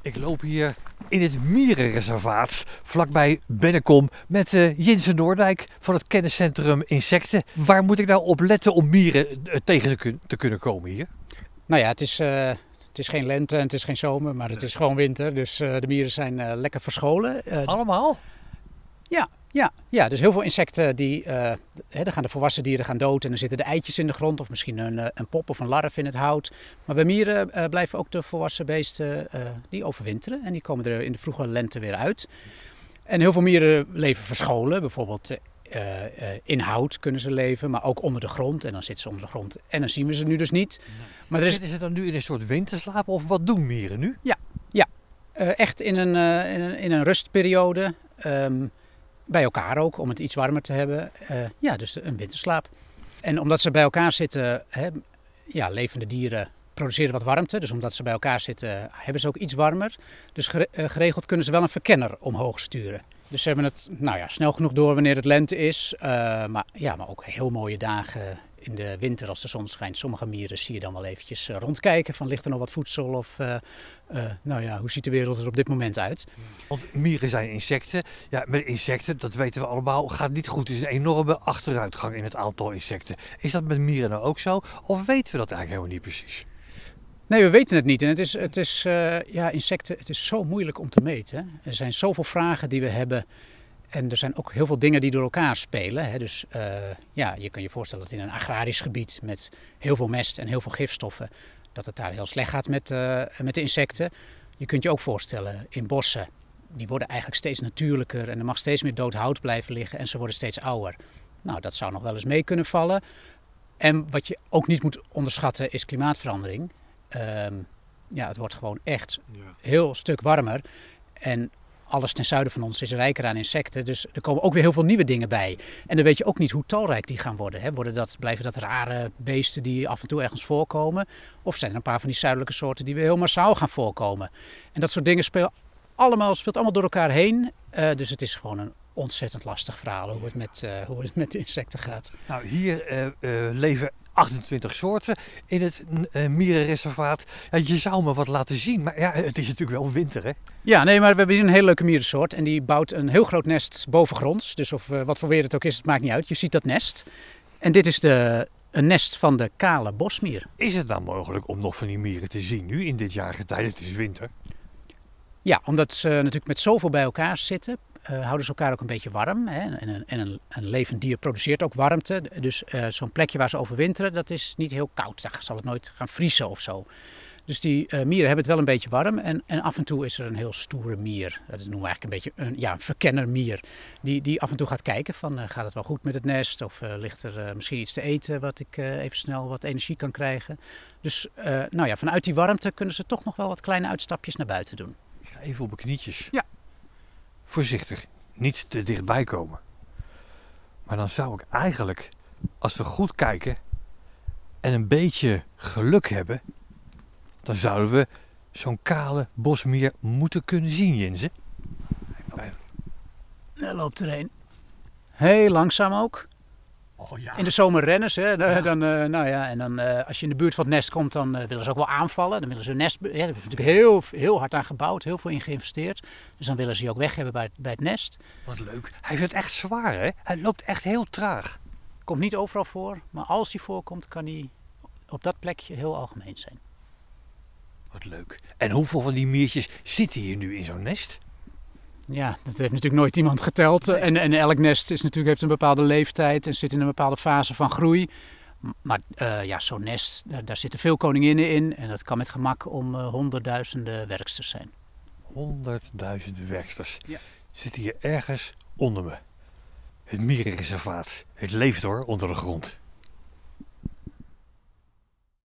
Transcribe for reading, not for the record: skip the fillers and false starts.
Ik loop hier in het mierenreservaat vlakbij Bennekom met Jinse Noordijk van het kenniscentrum Insecten. Waar moet ik nou op letten om mieren tegen te kunnen komen hier? Nou ja, het is geen lente en het is geen zomer, maar het is gewoon winter. Dus de mieren zijn lekker verscholen. Allemaal? Ja, dus heel veel insecten, dan gaan de volwassen dieren gaan dood en dan zitten de eitjes in de grond of misschien een pop of een larf in het hout. Maar bij mieren blijven ook de volwassen beesten, die overwinteren en die komen er in de vroege lente weer uit. En heel veel mieren leven verscholen, bijvoorbeeld in hout kunnen ze leven, maar ook onder de grond. En dan zitten ze onder de grond en dan zien we ze nu dus niet. Maar Zitten ze dan nu in een soort winterslaap of wat doen mieren nu? Ja, echt in een rustperiode. Bij elkaar ook, om het iets warmer te hebben. Dus een winterslaap. En omdat ze bij elkaar zitten, levende dieren produceren wat warmte. Dus omdat ze bij elkaar zitten, hebben ze ook iets warmer. Dus geregeld kunnen ze wel een verkenner omhoog sturen. Dus ze hebben het snel genoeg door wanneer het lente is. Maar ook heel mooie dagen in de winter als de zon schijnt. Sommige mieren zie je dan wel eventjes rondkijken van ligt er nog wat voedsel of hoe ziet de wereld er op dit moment uit. Want mieren zijn insecten. Ja, met insecten, dat weten we allemaal, gaat niet goed. Er is een enorme achteruitgang in het aantal insecten. Is dat met mieren nou ook zo? Of weten we dat eigenlijk helemaal niet precies? Nee, we weten het niet. En insecten, het is zo moeilijk om te meten. Hè? Er zijn zoveel vragen die we hebben. En er zijn ook heel veel dingen die door elkaar spelen. Hè? Dus je kan je voorstellen dat in een agrarisch gebied met heel veel mest en heel veel gifstoffen, dat het daar heel slecht gaat met de insecten. Je kunt je ook voorstellen in bossen, die worden eigenlijk steeds natuurlijker en er mag steeds meer dood hout blijven liggen en ze worden steeds ouder. Nou, dat zou nog wel eens mee kunnen vallen. En wat je ook niet moet onderschatten is klimaatverandering. Het wordt gewoon echt heel stuk warmer. En alles ten zuiden van ons is rijker aan insecten. Dus er komen ook weer heel veel nieuwe dingen bij. En dan weet je ook niet hoe talrijk die gaan worden. Hè? Blijven dat rare beesten die af en toe ergens voorkomen? Of zijn er een paar van die zuidelijke soorten die weer heel massaal gaan voorkomen? En dat soort dingen speelt allemaal door elkaar heen. Dus het is gewoon een ontzettend lastig verhaal hoe het met de insecten gaat. Nou, hier leven 28 soorten in het mierenreservaat. Ja, je zou me wat laten zien, maar ja, het is natuurlijk wel winter, hè? Ja, nee, maar we hebben hier een hele leuke mierensoort en die bouwt een heel groot nest bovengronds. Dus wat voor weer het ook is, het maakt niet uit. Je ziet dat nest. En dit is een nest van de kale bosmier. Is het nou mogelijk om nog van die mieren te zien nu in dit jaargetijde? Het is winter. Ja, omdat ze natuurlijk met zoveel bij elkaar zitten, houden ze elkaar ook een beetje warm. Hè? En een levend dier produceert ook warmte. Dus zo'n plekje waar ze overwinteren, dat is niet heel koud. Daar zal het nooit gaan vriezen of zo. Dus die mieren hebben het wel een beetje warm. En af en toe is er een heel stoere mier. Dat noemen we eigenlijk een beetje een verkennermier. Die af en toe gaat kijken van gaat het wel goed met het nest? Of ligt er misschien iets te eten wat ik even snel wat energie kan krijgen? Dus vanuit die warmte kunnen ze toch nog wel wat kleine uitstapjes naar buiten doen. Ik ga even op mijn knietjes. Ja. Voorzichtig, niet te dichtbij komen. Maar dan zou ik eigenlijk, als we goed kijken en een beetje geluk hebben, dan zouden we zo'n kale bosmier moeten kunnen zien, Jinse. Daar loopt er een. Heel langzaam ook. Oh ja. In de zomer rennen ze. Ja. Als je in de buurt van het nest komt, dan willen ze ook wel aanvallen. Dan willen ze hun nest. Ja, daar hebben ze natuurlijk heel, heel hard aan gebouwd, heel veel in geïnvesteerd. Dus dan willen ze je ook weg hebben bij het nest. Wat leuk. Hij heeft het echt zwaar, hè? Hij loopt echt heel traag. Komt niet overal voor, maar als hij voorkomt, kan hij op dat plekje heel algemeen zijn. Wat leuk. En hoeveel van die miertjes zitten hier nu in zo'n nest? Ja, dat heeft natuurlijk nooit iemand geteld. En elk nest heeft een bepaalde leeftijd en zit in een bepaalde fase van groei. Maar zo'n nest, daar zitten veel koninginnen in. En dat kan met gemak om honderdduizenden werksters zijn. 100.000 werksters. Ja. Zitten hier ergens onder me. Het mierenreservaat. Het leeft hoor, onder de grond.